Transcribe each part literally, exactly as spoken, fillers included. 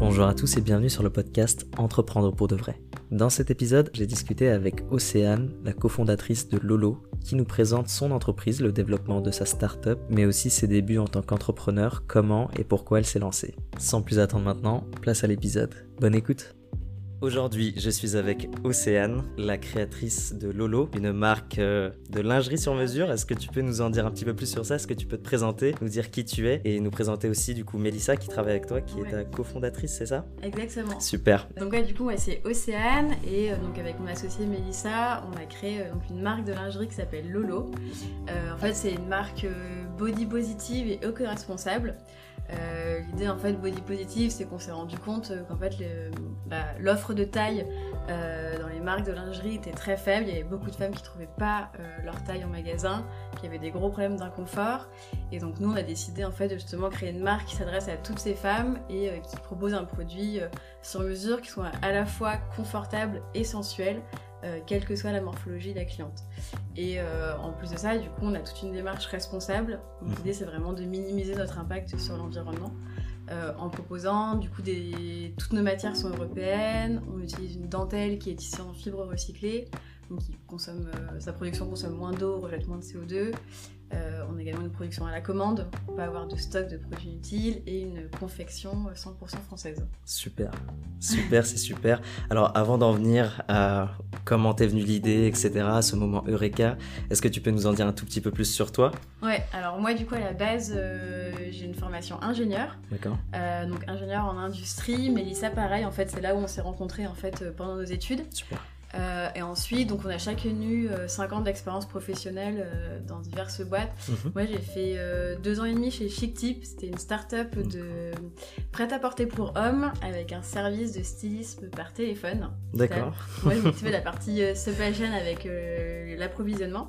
Bonjour à tous et bienvenue sur le podcast Entreprendre pour de vrai. Dans cet épisode, j'ai discuté avec Océane, la cofondatrice de Lolo, qui nous présente son entreprise, le développement de sa start-up, mais aussi ses débuts en tant qu'entrepreneur, comment et pourquoi elle s'est lancée. Sans plus attendre maintenant, place à l'épisode. Bonne écoute. Aujourd'hui, je suis avec Océane, la créatrice de Lolo, une marque euh, de lingerie sur mesure. Est-ce que tu peux nous en dire un petit peu plus sur ça ? Est-ce que tu peux te présenter, nous dire qui tu es et nous présenter aussi du coup Mélissa qui travaille avec toi, qui ouais. est ta cofondatrice, c'est ça ? Exactement. Super. Donc ouais, du coup, ouais, c'est Océane et euh, donc avec mon associée Mélissa, on a créé euh, donc une marque de lingerie qui s'appelle Lolo. Euh, en fait, c'est une marque euh, body positive et éco-responsable. Euh, l'idée en fait body positive, c'est qu'on s'est rendu compte euh, qu'en fait le, bah, l'offre de taille euh, dans les marques de lingerie était très faible. Il y avait beaucoup de femmes qui trouvaient pas euh, leur taille en magasin, qui avaient des gros problèmes d'inconfort. Et donc nous on a décidé en fait de justement créer une marque qui s'adresse à toutes ces femmes et euh, qui propose un produit euh, sur mesure qui soit à la fois confortable et sensuel. Euh, quelle que soit la morphologie de la cliente. Et euh, en plus de ça, du coup, on a toute une démarche responsable. Donc, l'idée, c'est vraiment de minimiser notre impact sur l'environnement euh, en proposant, du coup, des... toutes nos matières sont européennes. On utilise une dentelle qui est tissée en fibres recyclées, donc qui consomme, euh, sa production consomme moins d'eau, rejette moins de C O deux. Euh, on a également une production à la commande pour pas avoir de stock de produits inutiles et une confection cent pour cent française. Super, super, c'est super. Alors avant d'en venir à comment t'es venue l'idée, et cetera, ce moment Eureka, est-ce que tu peux nous en dire un tout petit peu plus sur toi ? Ouais, alors moi du coup à la base, euh, j'ai une formation ingénieur. D'accord. Euh, donc ingénieur en industrie, Mélissa pareil, en fait c'est là où on s'est rencontrés en fait pendant nos études. Super. Euh, et ensuite, donc on a chacune eu euh, cinq ans d'expérience professionnelle euh, dans diverses boîtes. Mmh. Moi, j'ai fait euh, deux ans et demi chez Chic Tip. C'était une start-up mmh. de prêt-à-porter pour hommes avec un service de stylisme par téléphone. D'accord. Moi, je m'occupais de la partie euh, supply chain avec euh, l'approvisionnement.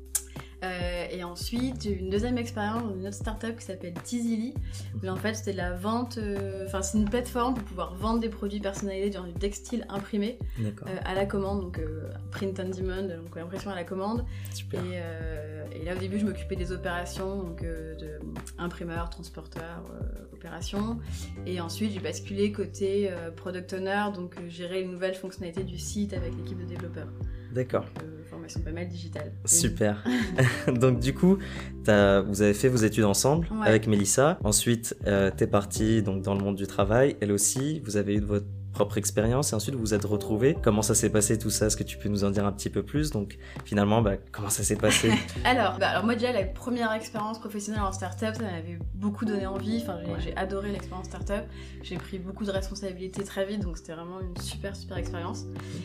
Euh, et ensuite, j'ai eu une deuxième expérience dans une autre start-up qui s'appelle Tizili. Où en fait, c'était de la vente, enfin, euh, c'est une plateforme pour pouvoir vendre des produits personnalisés dans du textile imprimé euh, à la commande, donc euh, print on demand, donc impression à la commande. Super. Et, euh, et là, au début, je m'occupais des opérations, donc euh, de imprimeur, transporteur, euh, opérations. Et ensuite, j'ai basculé côté euh, product owner, donc euh, gérer les nouvelles fonctionnalités du site avec l'équipe de développeurs. D'accord. Donc, euh, formation pas mal digitale. Super. Donc du coup, t'as, vous avez fait vos études ensemble ouais. avec Mélissa. Ensuite, euh, t'es partie donc dans le monde du travail. Elle aussi, vous avez eu votre propre expérience et ensuite vous vous êtes retrouvés. Comment ça s'est passé tout ça ? Est-ce que tu peux nous en dire un petit peu plus ? Donc finalement, bah, comment ça s'est passé ? alors, bah, alors moi déjà, la première expérience professionnelle en start-up, ça m'avait beaucoup donné envie. Enfin, j'ai, ouais. j'ai adoré l'expérience start-up. J'ai pris beaucoup de responsabilités très vite, donc c'était vraiment une super super expérience.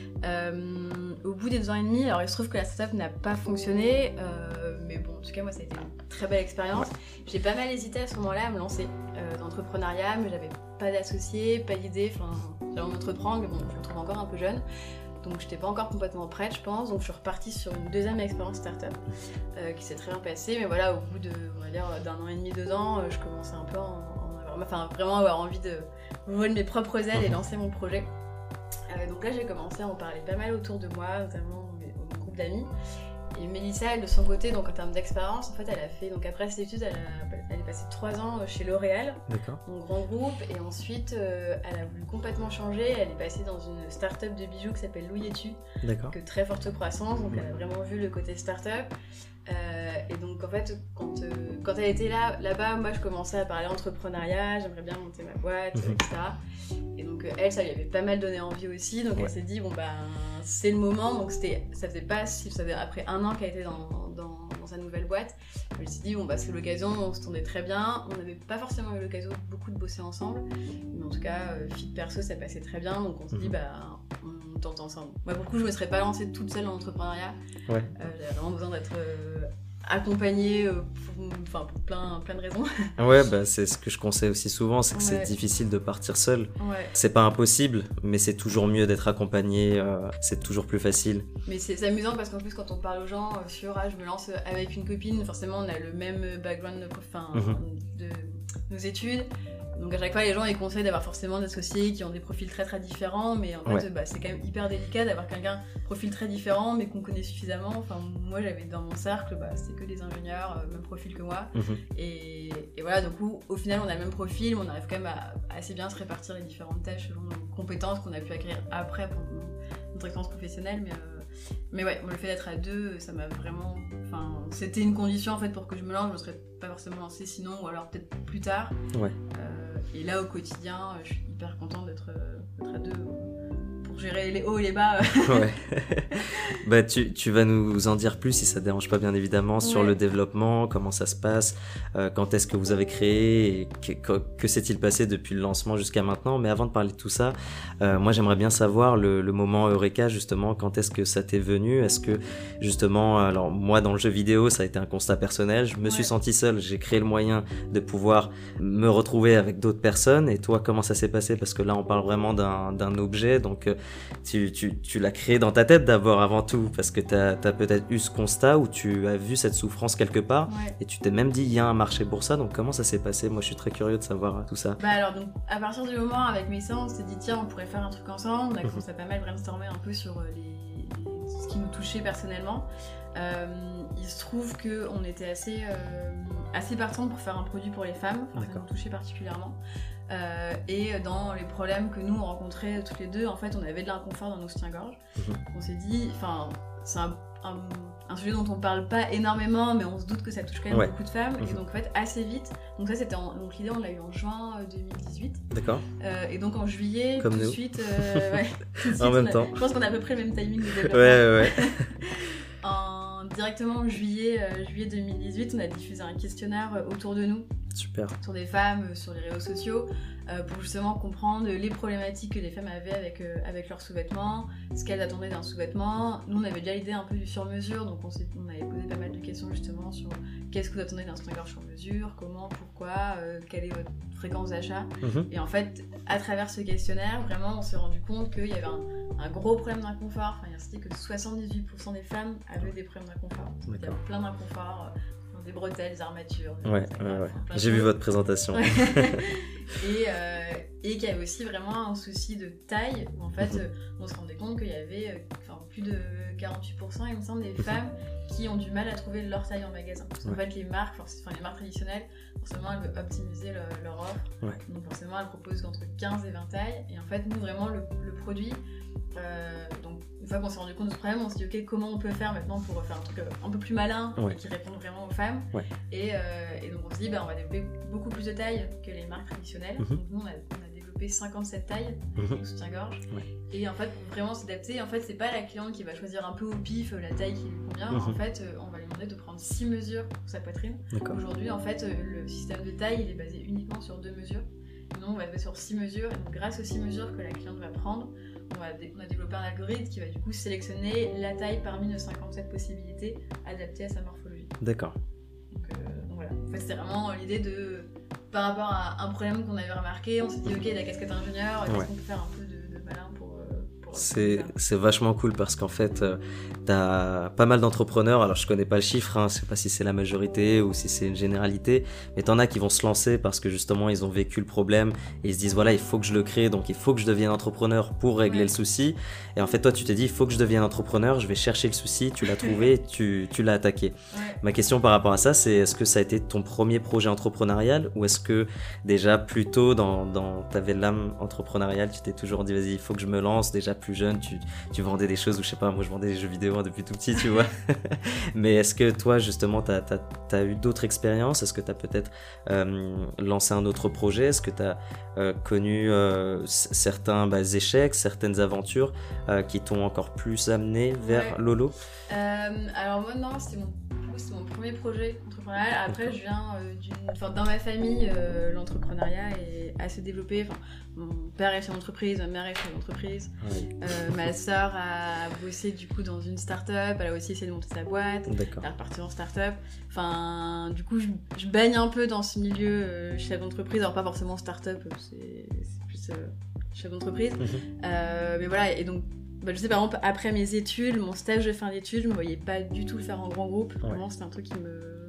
Euh, au bout des deux ans et demi, alors il se trouve que la start-up n'a pas fonctionné, euh, mais bon, en tout cas moi ça a été une très belle expérience. Ouais. J'ai pas mal hésité à ce moment-là à me lancer euh, dans l'entrepreneuriat, mais j'avais pas d'associé, pas d'idée, enfin j'allais en entreprendre, mais bon, je me trouve encore un peu jeune. Donc j'étais pas encore complètement prête, je pense. Donc je suis repartie sur une deuxième expérience start-up euh, qui s'est très bien passée. Mais voilà, au bout de, on va dire, d'un an et demi, deux ans, euh, je commençais un peu à en avoir, enfin vraiment avoir envie de voler mes propres ailes et lancer mon projet. Euh, donc là j'ai commencé à en parler pas mal autour de moi, notamment au groupe d'amis. Et Mélissa, elle, de son côté, donc en termes d'expérience, en fait, elle a fait, donc après ses études, elle, a, elle est passée trois ans chez L'Oréal, donc grand groupe, et ensuite, euh, elle a voulu complètement changer. Elle est passée dans une start-up de bijoux qui s'appelle Louis et Tu, donc très forte croissance, donc ouais. elle a vraiment vu le côté start-up. Euh, et donc en fait, quand, euh, quand elle était là, là-bas, moi je commençais à parler entrepreneuriat, j'aimerais bien monter ma boîte, mmh. et cetera. Et donc euh, elle, ça lui avait pas mal donné envie aussi, donc ouais. elle s'est dit bon ben c'est le moment. Donc c'était, ça faisait pas, ça faisait après un an qu'elle était dans, dans, dans sa nouvelle boîte. Elle s'est dit bon bah c'est l'occasion, on se tournait très bien, on n'avait pas forcément eu l'occasion beaucoup de bosser ensemble, mais en tout cas euh, fit perso ça passait très bien, donc on se mmh. dit bah on tente ensemble. Moi pour le coup je me serais pas lancée toute seule dans l'entrepreneuriat, ouais. euh, j'avais vraiment besoin d'être euh, accompagnée euh, pour, enfin, pour plein, plein de raisons. Ouais, bah, c'est ce que je conseille aussi souvent, c'est que ouais. c'est difficile de partir seul. Ouais. C'est pas impossible, mais c'est toujours mieux d'être accompagné, euh, c'est toujours plus facile. Mais c'est, c'est amusant parce qu'en plus quand on parle aux gens euh, sur ah, je me lance avec une copine, forcément on a le même background de, enfin, mm-hmm. de, nos études. Donc à chaque fois, les gens ils conseillent d'avoir forcément des associés qui ont des profils très très différents, mais en fait, ouais. bah, c'est quand même hyper délicat d'avoir quelqu'un profil très différent, mais qu'on connaît suffisamment. Enfin, moi, j'avais dans mon cercle, bah, c'était que des ingénieurs, euh, même profil que moi. Mm-hmm. Et, et voilà, donc au final, on a le même profil, mais on arrive quand même à, à assez bien se répartir les différentes tâches selon nos compétences qu'on a pu acquérir après pour notre expérience professionnelle. Mais, euh, mais ouais, le fait d'être à deux, ça m'a vraiment. Enfin, c'était une condition en fait pour que je me lance. Je me serais pas forcément lancée sinon, ou alors peut-être plus tard. Ouais. Euh, Et là, au quotidien, je suis hyper contente d'être, d'être à deux pour gérer les hauts et les bas. Ouais. Bah, tu, tu vas nous en dire plus, si ça ne te dérange pas, bien évidemment, sur ouais. le développement, comment ça se passe, euh, quand est-ce que vous avez créé, et que, que, que s'est-il passé depuis le lancement jusqu'à maintenant. Mais avant de parler de tout ça, euh, moi, j'aimerais bien savoir le, le moment Eureka, justement, quand est-ce que ça t'est venu ? Est-ce que, justement, alors moi, dans le jeu vidéo, ça a été un constat personnel. Je me ouais. suis senti seul, j'ai créé le moyen de pouvoir me retrouver avec d'autres personnes. Et toi, comment ça s'est passé ? Parce que là, on parle vraiment d'un, d'un objet, donc euh, tu, tu, tu l'as créé dans ta tête d'abord, avant tout, parce que tu as peut-être eu ce constat où tu as vu cette souffrance quelque part, ouais. et tu t'es même dit, il y a un marché pour ça. Donc comment ça s'est passé ? Moi, je suis très curieux de savoir tout ça. Bah alors, donc, à partir du moment, avec mes sœurs, on s'est dit, tiens, on pourrait faire un truc ensemble. On a commencé à pas mal brainstormer un peu sur les, les, ce qui nous touchait personnellement. Euh, il se trouve qu'on était assez, euh, assez partants pour faire un produit pour les femmes, enfin, ça nous touchait particulièrement. Euh, et dans les problèmes que nous on rencontrait toutes les deux, en fait on avait de l'inconfort dans nos soutiens-gorge. Mmh. On s'est dit, enfin c'est un, un, un sujet dont on parle pas énormément, mais on se doute que ça touche quand même ouais. beaucoup de femmes. Mmh. Et donc en fait assez vite, donc ça c'était en, donc l'idée on l'a eu en juin deux mille dix-huit. D'accord. Euh, et donc en juillet, comme tout, nous. De suite, euh, ouais, tout de suite, en même a, temps. Je pense qu'on a à peu près le même timing de développement. Ouais ouais. en, directement en juillet, euh, juillet deux mille dix-huit, on a diffusé un questionnaire euh, autour de nous. Super. Sur des femmes, euh, sur les réseaux sociaux, euh, pour justement comprendre les problématiques que les femmes avaient avec, euh, avec leurs sous-vêtements, ce qu'elles attendaient d'un sous-vêtement. Nous, on avait déjà l'idée un peu du sur-mesure, donc on, s'est, on avait posé pas mal de questions justement sur qu'est-ce que vous attendez d'un soutien-gorge sur-mesure, comment, pourquoi, euh, quelle est votre fréquence d'achat. Mm-hmm. Et en fait, à travers ce questionnaire, vraiment, on s'est rendu compte qu'il y avait un, un gros problème d'inconfort. Enfin, c'était que soixante-dix-huit pour cent des femmes avaient des problèmes d'inconfort. Il y a plein d'inconfort. Euh, des bretelles, des armatures. Des ouais, ouais, ouais. J'ai vu votre présentation. Ouais. et euh, et qu'il y avait aussi vraiment un souci de taille, où en fait, euh, on se rendait compte qu'il y avait euh, plus de quarante-huit pour cent, il me semble, des femmes qui ont du mal à trouver leur taille en magasin. Parce qu'en ouais. fait, les marques, enfin, les marques traditionnelles, forcément, elles veulent optimiser le, leur offre. Ouais. Donc forcément, elles proposent entre quinze et vingt tailles. Et en fait, nous, vraiment, le, le produit... Euh, donc une fois qu'on s'est rendu compte de ce problème, on s'est dit ok, comment on peut faire maintenant pour faire un truc un peu plus malin ouais. et qui réponde vraiment aux femmes. Ouais. Et, euh, et donc on s'est dit bah, on va développer beaucoup plus de tailles que les marques traditionnelles. Mm-hmm. Donc nous on a, on a développé cinquante-sept tailles mm-hmm. de soutien-gorge. Ouais. Et en fait pour vraiment s'adapter, en fait c'est pas la cliente qui va choisir un peu au pif la taille qui lui convient. Mm-hmm. En fait euh, on va lui demander de prendre six mesures pour sa poitrine. D'accord. Aujourd'hui en fait euh, le système de taille il est basé uniquement sur deux mesures. Nous on va se baser sur six mesures et donc grâce aux six mesures que la cliente va prendre, On a, dé- on a développé un algorithme qui va du coup sélectionner la taille parmi nos cinquante-sept possibilités adaptées à sa morphologie. D'accord. Donc, euh, donc voilà, en fait c'était vraiment l'idée de, par rapport à un problème qu'on avait remarqué, on s'est dit ok, la casquette ingénieur, est-ce ouais. qu'on peut faire un peu de, de malin pour... C'est, c'est vachement cool parce qu'en fait, euh, t'as pas mal d'entrepreneurs, alors je connais pas le chiffre, hein, je sais pas si c'est la majorité ou si c'est une généralité, mais t'en as qui vont se lancer parce que justement ils ont vécu le problème et ils se disent voilà, il faut que je le crée, donc il faut que je devienne entrepreneur pour régler ouais. le souci. Et en fait, toi tu t'es dit il faut que je devienne entrepreneur, je vais chercher le souci, tu l'as trouvé, tu, tu l'as attaqué. Ouais. Ma question par rapport à ça, c'est est-ce que ça a été ton premier projet entrepreneurial ou est-ce que déjà plus tôt dans, dans t'avais l'âme entrepreneuriale, tu t'es toujours dit vas-y, il faut que je me lance, déjà plus jeune, tu, tu vendais des choses, ou je sais pas, moi je vendais des jeux vidéo hein, depuis tout petit, tu vois. Mais est-ce que toi, justement, t'as, t'as, t'as eu d'autres expériences ? Est-ce que t'as peut-être euh, lancé un autre projet ? Est-ce que t'as euh, connu euh, certains bah, échecs, certaines aventures euh, qui t'ont encore plus amené vers ouais. Lolo ? euh, Alors moi, non, c'était mon c'est mon premier projet entrepreneurial. Après, D'accord. je viens euh, d'une... Enfin, dans ma famille, euh, l'entrepreneuriat est assez développé. Enfin, mon père est chef d'entreprise, ma mère est chef d'entreprise. Oui. Euh, ma sœur a bossé du coup dans une start-up. Elle a aussi essayé de monter sa boîte. D'accord. Elle est repartie en start-up. Enfin, du coup, je, je baigne un peu dans ce milieu euh, chef d'entreprise. Alors, pas forcément start-up, c'est, c'est plus euh, chef d'entreprise. Mm-hmm. Euh, mais voilà, et donc, bah, je sais par exemple après mes études, mon stage de fin d'études, je me voyais pas du tout le faire en grand groupe. Ouais. Vraiment c'était un truc qui me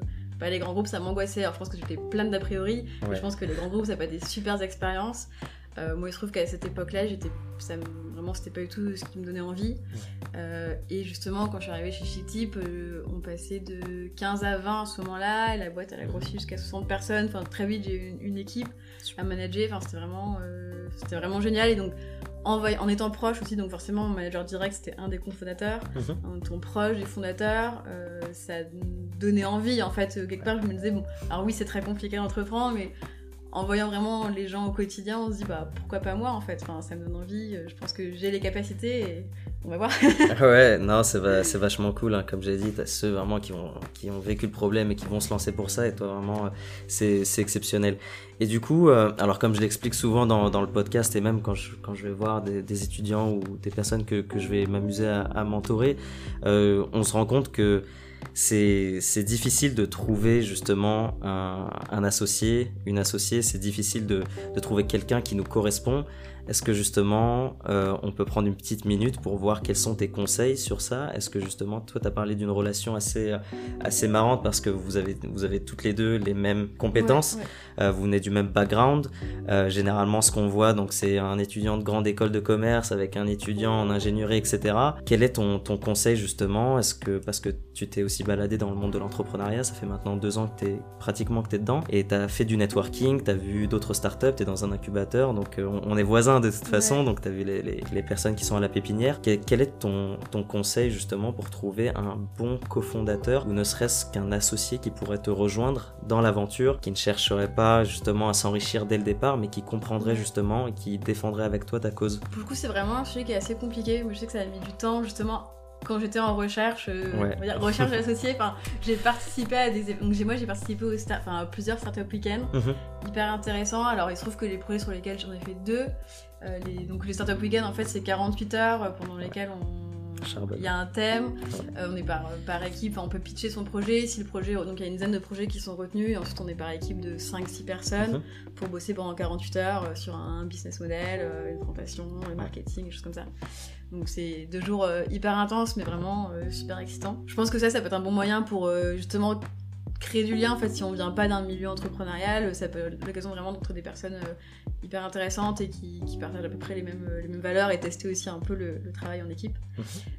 pas, les grands groupes, ça m'angoissait. Alors je pense que j'étais pleine d'a priori, Ouais. mais je pense que les grands groupes, ça n'a pas des super expériences. Euh, moi, il se trouve qu'à cette époque-là, j'étais, ça me, vraiment, c'était pas du tout ce qui me donnait envie. Euh, et justement, quand je suis arrivée chez Chictip, euh, on passait de quinze à vingt à ce moment-là. Et la boîte, elle a grossi jusqu'à soixante personnes. Enfin, très vite, j'ai eu une, une équipe à manager. Enfin, c'était vraiment, euh, c'était vraiment génial. Et donc, en, en étant proche aussi, donc forcément, mon manager direct, c'était un des cofondateurs. Mm-hmm. En étant proche des fondateurs, euh, ça donnait envie. En fait, quelque part, je me disais, bon, alors oui, c'est très compliqué d'entreprendre, mais en voyant vraiment les gens au quotidien, on se dit bah pourquoi pas moi en fait, enfin, ça me donne envie, je pense que j'ai les capacités et on va voir. Ouais, non, c'est, va, c'est vachement cool, hein. Comme j'ai dit, t'as ceux vraiment qui ont, qui ont vécu le problème et qui vont se lancer pour ça, et toi vraiment, c'est, c'est exceptionnel. Et du coup, euh, alors comme je l'explique souvent dans, dans le podcast et même quand je, quand je vais voir des, des étudiants ou des personnes que, que je vais m'amuser à, à mentorer, euh, on se rend compte que C'est, c'est difficile de trouver justement un, un associé, une associée, c'est difficile de, de trouver quelqu'un qui nous correspond. Est-ce que justement euh, on peut prendre une petite minute pour voir quels sont tes conseils sur ça? Est-ce que justement toi tu as parlé d'une relation assez, assez marrante parce que vous avez, vous avez toutes les deux les mêmes compétences, ouais, ouais. Euh, vous venez du même background, euh, généralement ce qu'on voit donc c'est un étudiant de grande école de commerce avec un étudiant en ingénierie, et cetera. Quel est ton, ton conseil justement? Est-ce que, parce que tu t'es aussi baladé dans le monde de l'entrepreneuriat, ça fait maintenant deux ans que t'es pratiquement que t'es dedans et t'as fait du networking, t'as vu d'autres startups, t'es dans un incubateur, donc euh, on, on est voisins de toute façon, ouais. Donc tu as vu les, les, les personnes qui sont à la pépinière. Quel, quel est ton, ton conseil justement pour trouver un bon cofondateur ou ne serait-ce qu'un associé qui pourrait te rejoindre dans l'aventure, qui ne chercherait pas justement à s'enrichir dès le départ, mais qui comprendrait justement et qui défendrait avec toi ta cause? Pour le coup, c'est vraiment un sujet qui est assez compliqué. Moi, je sais que ça a mis du temps justement. Quand j'étais en recherche, euh, ouais. on va dire recherche associée, enfin, j'ai participé à des, donc j'ai, moi j'ai participé au star, enfin, à plusieurs startup week-ends, mm-hmm. hyper intéressants. Alors il se trouve que les projets sur lesquels j'en ai fait deux, euh, les, donc les startup week-ends en fait c'est quarante-huit heures pendant lesquelles on il y a un thème, euh, on est par, par équipe, on peut pitcher son projet, si le projet, donc il y a une dizaine de projets qui sont retenus et ensuite on est par équipe de cinq six personnes mm-hmm. pour bosser pendant quarante-huit heures euh, sur un business model, euh, une présentation, le marketing, des choses comme ça. Donc c'est deux jours euh, hyper intenses mais vraiment euh, super excitants. Je pense que ça, ça peut être un bon moyen pour euh, justement créer du lien. En fait, si on vient pas d'un milieu entrepreneurial, ça peut être l'occasion vraiment d'entre des personnes euh, hyper intéressantes et qui, qui partagent à peu près les mêmes, les mêmes valeurs et tester aussi un peu le, le travail en équipe. Mmh.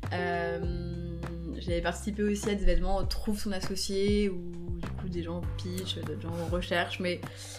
Euh, j'avais participé aussi à des événements où Trouve son associé où du coup des gens pitch, d'autres gens recherchent, mais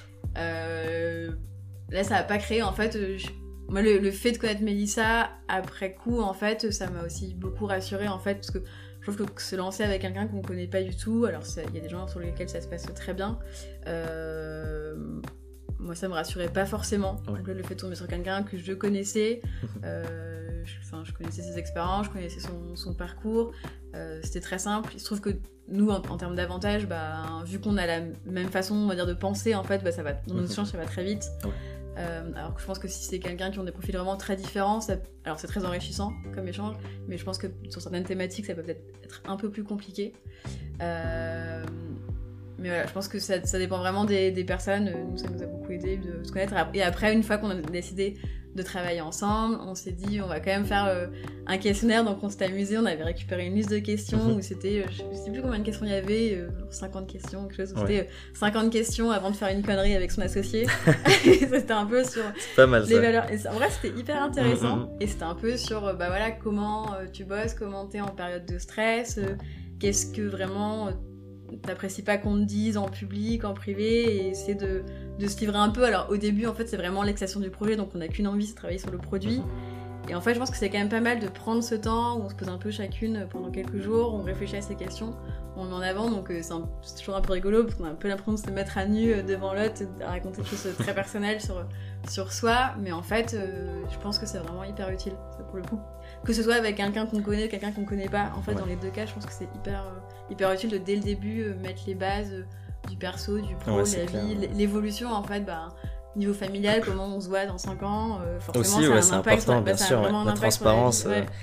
euh, là ça n'a pas créé en fait. Je, Moi, le, le fait de connaître Mélissa après coup, en fait, ça m'a aussi beaucoup rassurée, en fait, parce que je trouve que se lancer avec quelqu'un qu'on connaît pas du tout, alors il y a des gens sur lesquels ça se passe très bien, euh, moi ça me rassurait pas forcément. Ouais. Donc là, le fait de tomber sur quelqu'un que je connaissais, euh, je, je connaissais ses expériences, je connaissais son, son parcours, euh, c'était très simple. Il se trouve que nous, en, en termes d'avantages, bah, vu qu'on a la même façon, on va dire, de penser, en fait, bah, ça va, dans nos échanges, ça va très vite. Ouais. Euh, alors que je pense que si c'est quelqu'un qui ont des profils vraiment très différents, ça... alors c'est très enrichissant comme échange, mais je pense que sur certaines thématiques ça peut peut-être être un peu plus compliqué. Euh... Mais voilà, je pense que ça, ça dépend vraiment des, des personnes. Nous, ça nous a beaucoup aidé de se connaître. Et après, une fois qu'on a décidé de travailler ensemble, on s'est dit on va quand même faire euh, un questionnaire. Donc on s'est amusé, on avait récupéré une liste de questions mmh. où c'était, je sais plus combien de questions il y avait, euh, cinquante questions, quelque chose. Où ouais. C'était euh, cinquante questions avant de faire une connerie avec son associé. C'était un peu sur pas mal, les ça. valeurs. Et en vrai, c'était hyper intéressant. Mmh. Et c'était un peu sur euh, bah voilà comment euh, tu bosses, comment t'es en période de stress, euh, qu'est-ce que vraiment euh, t'apprécies pas qu'on te dise en public, en privé, et essayer de, de se livrer un peu. Alors au début, en fait, c'est vraiment l'excitation du projet, donc on n'a qu'une envie, c'est de travailler sur le produit. Et en fait, je pense que c'est quand même pas mal de prendre ce temps où on se pose un peu chacune pendant quelques jours, on réfléchit à ces questions, on met en avant, donc c'est, un, c'est toujours un peu rigolo, parce qu'on a un peu l'impression de se mettre à nu devant l'autre, de raconter des choses très personnelles sur, sur soi, mais en fait, euh, je pense que c'est vraiment hyper utile, ça, pour le coup. Que ce soit avec quelqu'un qu'on connaît, quelqu'un qu'on connaît pas, en fait, ouais. Dans les deux cas, je pense que c'est hyper, euh, hyper utile de, dès le début, euh, mettre les bases euh, du perso, du pro, ouais, la clair, vie, ouais. l'évolution, en fait, bah... Niveau familial, comment on se voit dans cinq ans, euh, forcément aussi, ça ouais, a c'est un impact, important, bah, bien ça sûr, a vraiment ouais. un La impact transparence, sur la vie, euh, ouais.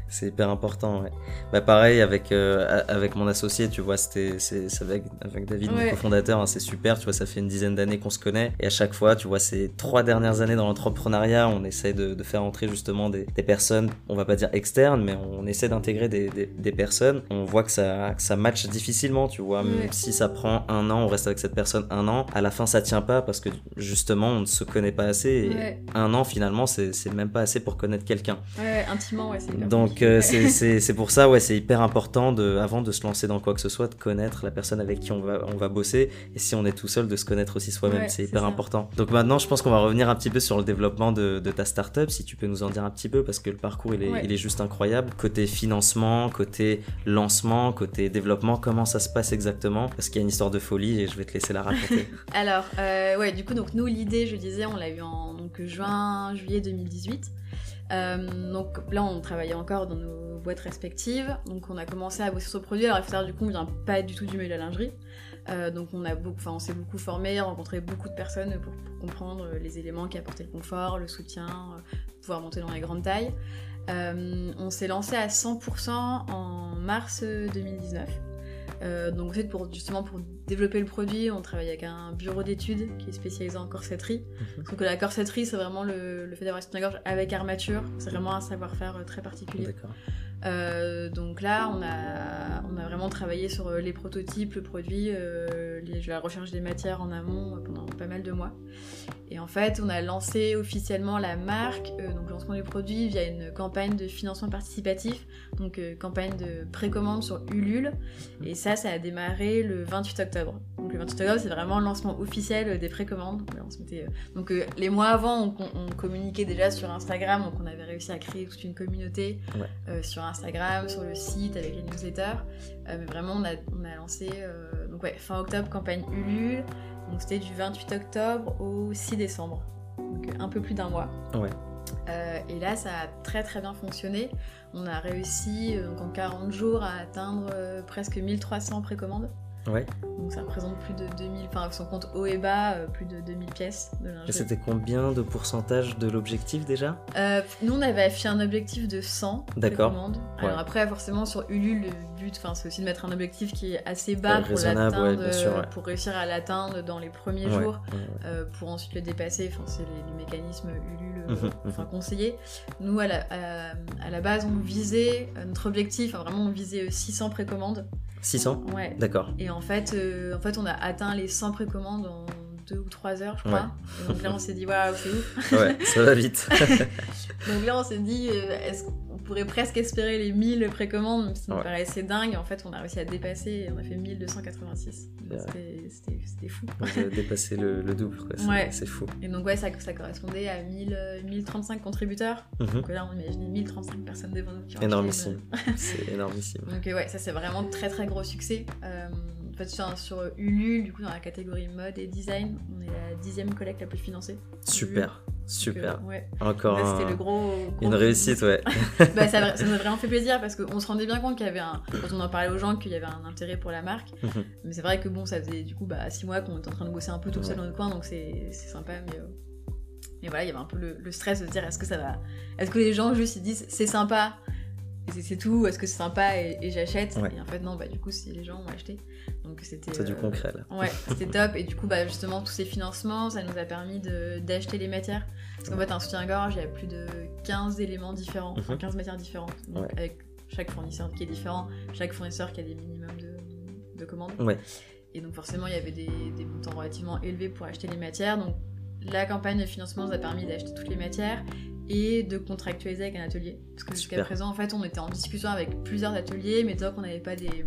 C'est hyper important, ouais. Bah pareil avec euh, avec mon associé, tu vois, c'était c'est, c'est avec avec David, ouais. Mon cofondateur, hein, c'est super, tu vois, ça fait une dizaine d'années qu'on se connaît et à chaque fois, tu vois, ces trois dernières années dans l'entrepreneuriat, on essaie de, de faire entrer justement des, des personnes, on va pas dire externes, mais on essaie d'intégrer des, des, des personnes. On voit que ça que ça matche difficilement, tu vois, même ouais. Si ça prend un an, on reste avec cette personne un an, à la fin ça tient pas parce que justement on ne se connaît pas assez et ouais. Un an finalement c'est c'est même pas assez pour connaître quelqu'un. Ouais, intimement, ouais, c'est hyper donc euh, c'est, c'est, c'est pour ça, ouais, c'est hyper important, de, avant de se lancer dans quoi que ce soit, de connaître la personne avec qui on va, on va bosser. Et si on est tout seul, de se connaître aussi soi-même. Ouais, c'est hyper c'est important. Donc maintenant, je pense qu'on va revenir un petit peu sur le développement de, de ta startup. Si tu peux nous en dire un petit peu, parce que le parcours, il est, ouais. il est juste incroyable. Côté financement, côté lancement, côté développement, comment ça se passe exactement? Parce qu'il y a une histoire de folie et je vais te laisser la raconter. Alors, euh, ouais, du coup, donc nous, l'idée, je disais, on l'a eu en donc, juin, juillet deux mille dix-huit. Euh, donc là on travaillait encore dans nos boîtes respectives, donc on a commencé à bosser sur ce produit. Alors il faut savoir, du coup on vient pas du tout du milieu de la lingerie, euh, donc on a beaucoup, enfin on s'est beaucoup formé, rencontré beaucoup de personnes pour, pour comprendre les éléments qui apportaient le confort, le soutien, euh, pouvoir monter dans les grandes tailles. Euh, on s'est lancé à cent pour cent en mars deux mille dix-neuf. Euh, donc en fait, pour, justement pour développer le produit, on travaille avec un bureau d'études qui est spécialisé en corsetterie. Mmh. Donc la corsetterie, c'est vraiment le, le fait d'avoir une soutien-gorge avec armature. C'est vraiment un savoir-faire très particulier. D'accord. Euh, donc là, on a, on a vraiment travaillé sur les prototypes, le produit, euh, les, la recherche des matières en amont pendant pas mal de mois. Et en fait, on a lancé officiellement la marque, euh, donc le lancement du produit via une campagne de financement participatif, donc euh, campagne de précommande sur Ulule. Et ça, ça a démarré le vingt-huit octobre. Donc le vingt-huit octobre, c'est vraiment le lancement officiel des précommandes. On se mettait, euh... Donc euh, les mois avant, on, on communiquait déjà sur Instagram, donc on avait réussi à créer toute une communauté ouais. euh, sur Instagram, sur le site, avec les newsletters. Euh, mais vraiment, on a, on a lancé euh, donc ouais, fin octobre, campagne Ulule. Donc c'était du vingt-huit octobre au six décembre. Donc un peu plus d'un mois. Ouais. Euh, et là, ça a très très bien fonctionné. On a réussi donc, en quarante jours à atteindre euh, presque mille trois cents précommandes. Ouais. Donc ça représente plus de deux mille, enfin si on compte haut et bas, euh, plus de deux mille pièces de lingerie. Et c'était combien de pourcentage de l'objectif déjà? euh, Nous on avait affiché un objectif de cent précommandes. Alors ouais. Après forcément sur Ulule le but, c'est aussi de mettre un objectif qui est assez bas ouais, pour l'atteindre, ouais, bien sûr, ouais. Pour réussir à l'atteindre dans les premiers ouais, jours, ouais, ouais. Euh, pour ensuite le dépasser. Enfin c'est les, les mécanismes Ulule euh, mmh, enfin, mmh. conseillés. Nous à la, à, à la base on visait notre objectif, enfin, vraiment on visait six cents précommandes. six cents? Ouais. D'accord. Et en fait, euh, en fait, on a atteint les cent précommandes en deux ou trois heures, je crois. Ouais. Et donc là, on s'est dit, waouh, c'est ouf. Ouais, ça va vite. Donc là, on s'est dit, euh, est-ce qu'on pourrait presque espérer les mille précommandes, même si ça ouais. nous paraissait dingue. En fait, on a réussi à dépasser, et on a fait mille deux cent quatre-vingt-six. Ouais. C'était, c'était, c'était fou. Vous avez dépassé le, le double, quoi. C'est, ouais. c'est fou. Et donc, ouais, ça, ça correspondait à mille, mille trente-cinq contributeurs. Mm-hmm. Donc là, on imaginait mille trente-cinq personnes devant nous qui ont énormissime. Acheté. C'est énormissime. Donc, ouais, ça, c'est vraiment très, très gros succès. Euh, en fait, sur, sur Ulule, du coup, dans la catégorie mode et design, on est la dixième collecte la plus financée. Super. Super. Donc, euh, ouais. Encore là, un... c'était le gros, gros une réussite, ouais. bah, ça, ça nous a vraiment fait plaisir parce qu'on se rendait bien compte qu'il y avait un, quand on en parlait aux gens, qu'il y avait un intérêt pour la marque. Mm-hmm. Mais c'est vrai que bon, ça faisait du coup bah, six mois qu'on était en train de bosser un peu tout ouais. seul dans le coin, donc c'est, c'est sympa. Mais, euh... mais voilà, il y avait un peu le, le stress de se dire est-ce que ça va, est-ce que les gens juste ils disent c'est sympa et c'est, c'est tout, est-ce que c'est sympa et, et j'achète ouais. Et en fait non, bah du coup si les gens ont acheté. Donc c'était c'est euh, du concret là. Ouais, c'était top. Et du coup bah justement tous ces financements, ça nous a permis de, d'acheter les matières. Parce qu'en fait un soutien-gorge, il y a plus de quinze éléments différents, mm-hmm. enfin quinze matières différentes. Donc ouais. Avec chaque fournisseur qui est différent, chaque fournisseur qui a des minimums de, de commandes. Ouais. Et donc forcément il y avait des, des montants relativement élevés pour acheter les matières. Donc la campagne de financement nous a permis d'acheter toutes les matières et de contractualiser avec un atelier. Parce que jusqu'à Super. présent, en fait, on était en discussion avec plusieurs ateliers, mais tant qu'on n'avait pas des,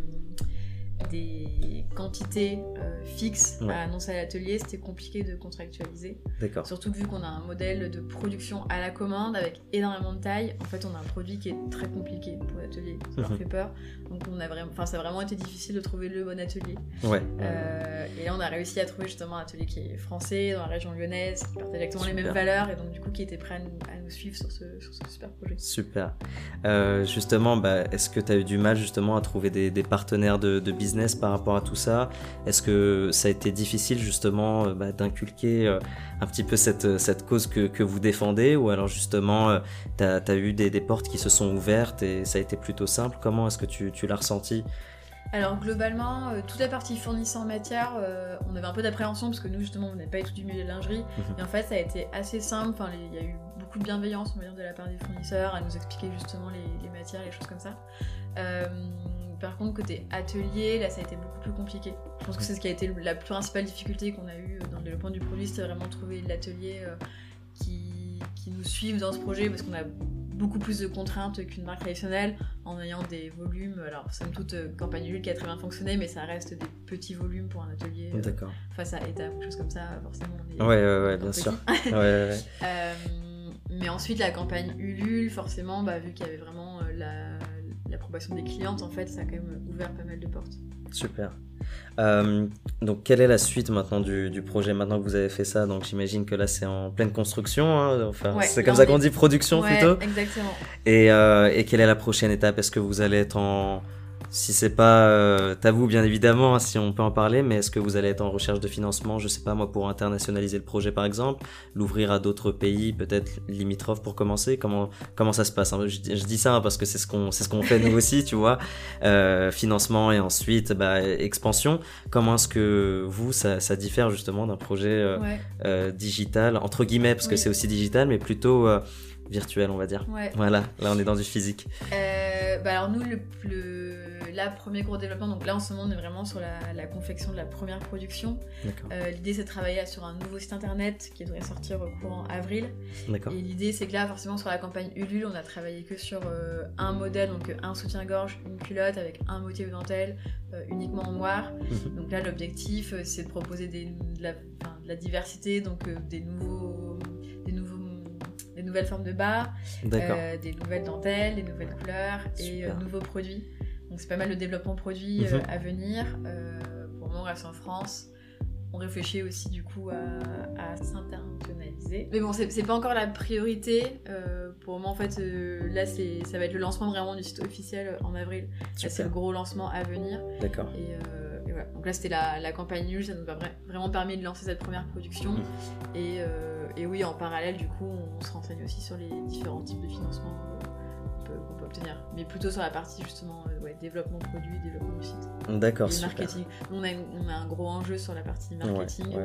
des quantités euh, fixes ouais. à annoncer à l'atelier, c'était compliqué de contractualiser. D'accord. Surtout vu qu'on a un modèle de production à la commande avec énormément de taille. En fait, on a un produit qui est très compliqué pour l'atelier. Ça leur fait peur. Donc, on a vraiment, enfin, ça a vraiment été difficile de trouver le bon atelier. Ouais. Euh, et là, on a réussi à trouver justement un atelier qui est français, dans la région lyonnaise, qui partage exactement super. Les mêmes valeurs et donc du coup qui était prêt à nous, à nous suivre sur ce, sur ce super projet. Super. Euh, justement, bah, est-ce que tu as eu du mal justement à trouver des, des partenaires de, de business business par rapport à tout ça? Est-ce que ça a été difficile justement euh, bah, d'inculquer euh, un petit peu cette, cette cause que, que vous défendez, ou alors justement euh, t'as, t'as eu des, des portes qui se sont ouvertes et ça a été plutôt simple? Comment est-ce que tu, tu l'as ressenti? Alors globalement, euh, toute la partie fournisseur matière, euh, on avait un peu d'appréhension parce que nous justement on n'est pas du tout du milieu de la lingerie, mmh. et en fait ça a été assez simple, enfin, il y a eu beaucoup de bienveillance on va dire, de la part des fournisseurs à nous expliquer justement les, les matières, les choses comme ça. Euh, par contre côté atelier, là ça a été beaucoup plus compliqué. Je pense que c'est ce qui a été la principale difficulté qu'on a eue dans le développement du produit, c'était vraiment trouver l'atelier euh, qui, qui nous suive dans ce projet, parce qu'on a beaucoup plus de contraintes qu'une marque traditionnelle en ayant des volumes, alors somme toute euh, campagne Ulule qui a très bien fonctionné, mais ça reste des petits volumes pour un atelier euh, D'accord. face à étapes, quelque chose comme ça, forcément on est ouais ouais ouais bien sûr. ouais, ouais, ouais. Euh, mais ensuite la campagne Ulule, forcément bah, vu qu'il y avait vraiment euh, la, l'approbation des clientes, en fait ça a quand même ouvert pas mal de portes. Super. Euh, donc quelle est la suite maintenant du, du projet maintenant que vous avez fait ça? Donc j'imagine que là c'est en pleine construction, hein, enfin, ouais, c'est comme ça qu'on est... dit production ouais, plutôt. Exactement. Et, euh, et quelle est la prochaine étape? Est-ce que vous allez être en... Si c'est pas euh, tabou bien évidemment, hein, si on peut en parler, mais est-ce que vous allez être en recherche de financement, je sais pas moi, pour internationaliser le projet par exemple, l'ouvrir à d'autres pays, peut-être limitrophes pour commencer? Comment comment ça se passe, hein? je, je dis ça hein, parce que c'est ce qu'on c'est ce qu'on fait nous aussi, tu vois. Euh, financement et ensuite bah, expansion. Comment est-ce que vous ça ça diffère justement d'un projet euh, ouais. euh, digital entre guillemets, parce oui. que c'est aussi digital, mais plutôt euh, virtuel on va dire. Ouais. Voilà, là on est dans du physique. Euh, bah alors nous le, le là premier gros développement, donc là en ce moment on est vraiment sur la, la confection de la première production. Euh, l'idée c'est de travailler sur un nouveau site internet qui devrait sortir au courant avril. D'accord. Et l'idée c'est que là forcément sur la campagne Ulule on a travaillé que sur euh, un modèle, donc un soutien-gorge, une culotte avec un motif de dentelle euh, uniquement en noir. Mmh. Donc là l'objectif euh, c'est de proposer des, de, la, enfin, de la diversité, donc euh, des nouveaux des nouveaux des nouvelles formes de bas, euh, des nouvelles dentelles, des nouvelles couleurs. Super. Et euh, nouveaux produits. Donc c'est pas mal de développement produit mmh. euh, à venir. Euh, pour le moment on reste en France. On réfléchit aussi du coup à, à s'internationaliser. Mais bon, c'est, c'est pas encore la priorité. Euh, pour le moment en fait, euh, là c'est, ça va être le lancement vraiment du site officiel en avril. Là, c'est le gros lancement à venir. D'accord. Et, euh, et voilà. Donc là c'était la, la campagne nulle, ça nous a vraiment permis de lancer cette première production. Mmh. Et, euh, et oui, en parallèle du coup on se renseigne aussi sur les différents types de financement qu'on peut, qu'on peut obtenir. Mais plutôt sur la partie justement euh, ouais, développement produit, développement du site. D'accord, et super. Marketing. On a, on a un gros enjeu sur la partie marketing. Ouais, ouais, ouais.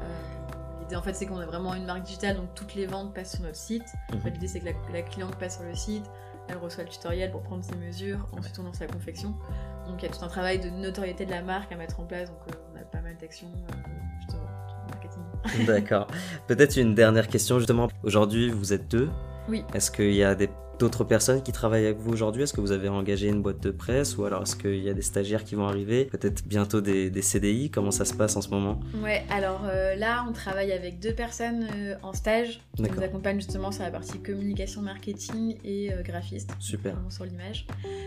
Euh, l'idée en fait c'est qu'on a vraiment une marque digitale, donc toutes les ventes passent sur notre site. Mmh. En fait, l'idée c'est que la, la cliente passe sur le site, elle reçoit le tutoriel pour prendre ses mesures, ensuite on lance la confection. Donc il y a tout un travail de notoriété de la marque à mettre en place, donc euh, on a pas mal d'actions euh, justement en marketing. D'accord. Peut-être une dernière question justement. Aujourd'hui vous êtes deux. Oui. Est-ce qu'il y a des d'autres personnes qui travaillent avec vous aujourd'hui? Est-ce que vous avez engagé une boîte de presse, ou alors est-ce qu'il y a des stagiaires qui vont arriver? Peut-être bientôt des, des C D I? Comment ça se passe en ce moment? Ouais, alors euh, là on travaille avec deux personnes euh, en stage qui nous accompagnent justement sur la partie communication, marketing et euh, graphiste. Super. Vraiment sur l'image.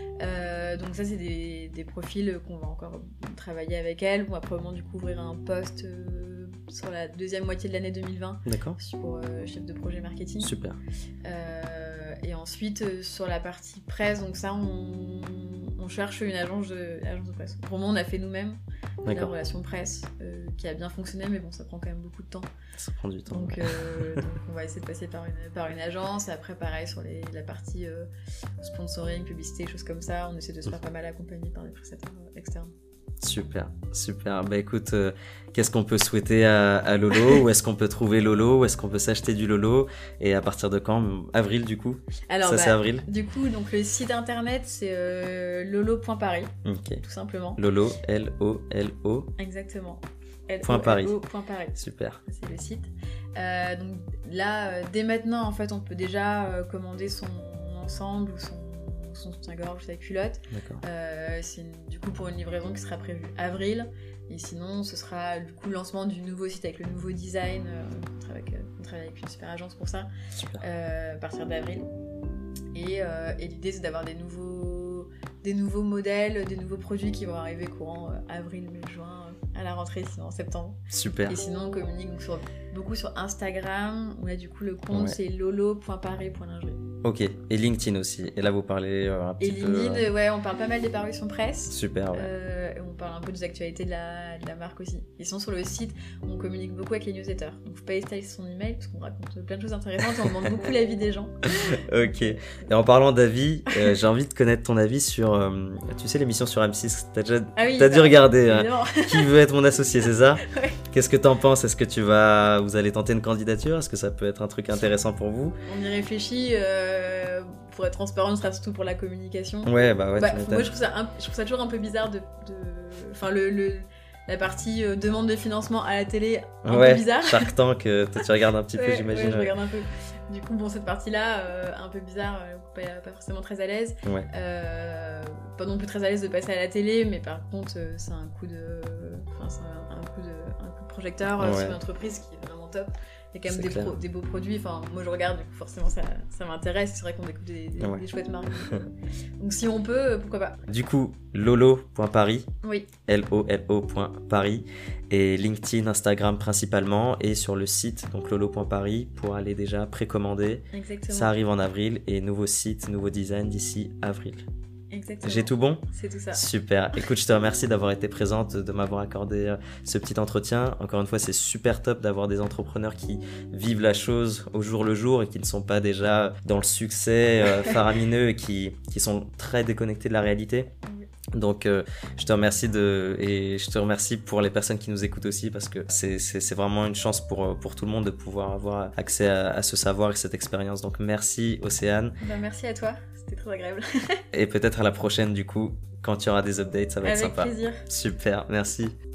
Euh, donc ça c'est des, des profils qu'on va encore travailler avec elles. On va probablement du coup ouvrir un poste euh, sur la deuxième moitié de l'année deux mille vingt. D'accord. Pour euh, chef de projet marketing. Super. Euh, et ensuite euh, sur la partie presse, donc ça on, on cherche une agence de, agence de presse. Pour le moment on a fait nous-mêmes la relation presse euh, qui a bien fonctionné, mais bon ça prend quand même beaucoup de temps. Ça prend du temps. Donc, euh, donc on va essayer de passer par une, par une agence. Et après pareil sur les, la partie euh, sponsoring, publicité, choses comme ça, on essaie de se faire pas mal accompagner par des prestataires externes. Super, super. Bah écoute, euh, qu'est-ce qu'on peut souhaiter à, à Lolo? Où est-ce qu'on peut trouver Lolo? Où est-ce qu'on peut s'acheter du Lolo? Et à partir de quand? Avril du coup? Alors, ça bah, c'est avril? Du coup, donc le site internet c'est euh, lolo point paris. Ok. Tout simplement. Lolo, L O L O. Exactement. Point Paris. Point Paris. Super. C'est le site. Euh, donc là, euh, dès maintenant en fait, on peut déjà euh, commander son ensemble ou son son soutien-gorge, sa culotte. Euh, c'est une, du coup pour une livraison qui sera prévue avril. Et sinon, ce sera du coup le lancement du nouveau site avec le nouveau design. Euh, on, travaille avec, on travaille avec une super agence pour ça. Euh, à partir d'avril. Et, euh, et l'idée, c'est d'avoir des nouveaux, des nouveaux modèles, des nouveaux produits qui vont arriver courant euh, avril, mai, juin, euh, à la rentrée, sinon en septembre. Super. Et sinon, on communique donc, sur, beaucoup sur Instagram, où là, du coup, le compte, ouais. c'est lolo point paris point lingerie. Ok, et LinkedIn aussi. Et là, vous parlez euh, un petit et peu... Et LinkedIn, euh... ouais, on parle pas mal des parutions presse. Super, ouais. Euh, on parle un peu des actualités de la, de la marque aussi. Ils sont sur le site, on communique beaucoup avec les newsletters. Donc faut pas hésiter à laisser son email parce qu'on raconte plein de choses intéressantes et on demande beaucoup l'avis des gens. Ok. Et en parlant d'avis, euh, j'ai envie de connaître ton avis sur, euh, tu sais, l'émission sur M six. T'as déjà, ah oui, t'as dû regarder. Hein. Qui veut être mon associé, c'est ça? Ouais. Qu'est-ce que t'en penses? Est-ce que tu vas, vous allez tenter une candidature? Est-ce que ça peut être un truc intéressant pour vous? On y réfléchit. Euh, pour être transparent, ce sera surtout pour la communication. Ouais, bah ouais. Bah, moi, je trouve ça, un, je trouve ça toujours un peu bizarre de, de... enfin le, le la partie euh, demande de financement à la télé, un ouais, peu bizarre. Shark Tank, euh, toi tu regardes un petit ouais, peu, j'imagine. Ouais, je regarde un peu. Du coup, bon, cette partie-là, euh, un peu bizarre, euh, pas, pas forcément très à l'aise. Ouais. Euh, pas non plus très à l'aise de passer à la télé, mais par contre, euh, c'est un coup de, enfin, c'est un, un coup de, un coup de projecteur euh, ouais. sur une entreprise qui est vraiment top. Il y a quand même des, pro, des beaux produits. Enfin, moi, je regarde, du coup, forcément, ça, ça m'intéresse. C'est vrai qu'on découvre des, des, ouais. des chouettes marques. Donc, si on peut, pourquoi pas. Du coup, lolo point paris. Oui. L O L O point paris. Et LinkedIn, Instagram principalement. Et sur le site, donc lolo point paris, pour aller déjà précommander. Exactement. Ça arrive en avril. Et nouveau site, nouveau design d'ici avril. Exactement. J'ai tout bon? C'est tout ça. Super. Écoute, je te remercie d'avoir été présente, de m'avoir accordé ce petit entretien. Encore une fois, c'est super top d'avoir des entrepreneurs qui vivent la chose au jour le jour et qui ne sont pas déjà dans le succès euh, faramineux et qui, qui sont très déconnectés de la réalité. Donc euh, je te remercie de, et je te remercie pour les personnes qui nous écoutent aussi parce que c'est, c'est, c'est vraiment une chance pour, pour tout le monde de pouvoir avoir accès à, à ce savoir et cette expérience. Donc merci Océane. Ben, merci à toi, c'était très agréable. Et peut-être à la prochaine du coup, quand il y aura des updates, ça va Avec être sympa. Avec plaisir. Super, merci.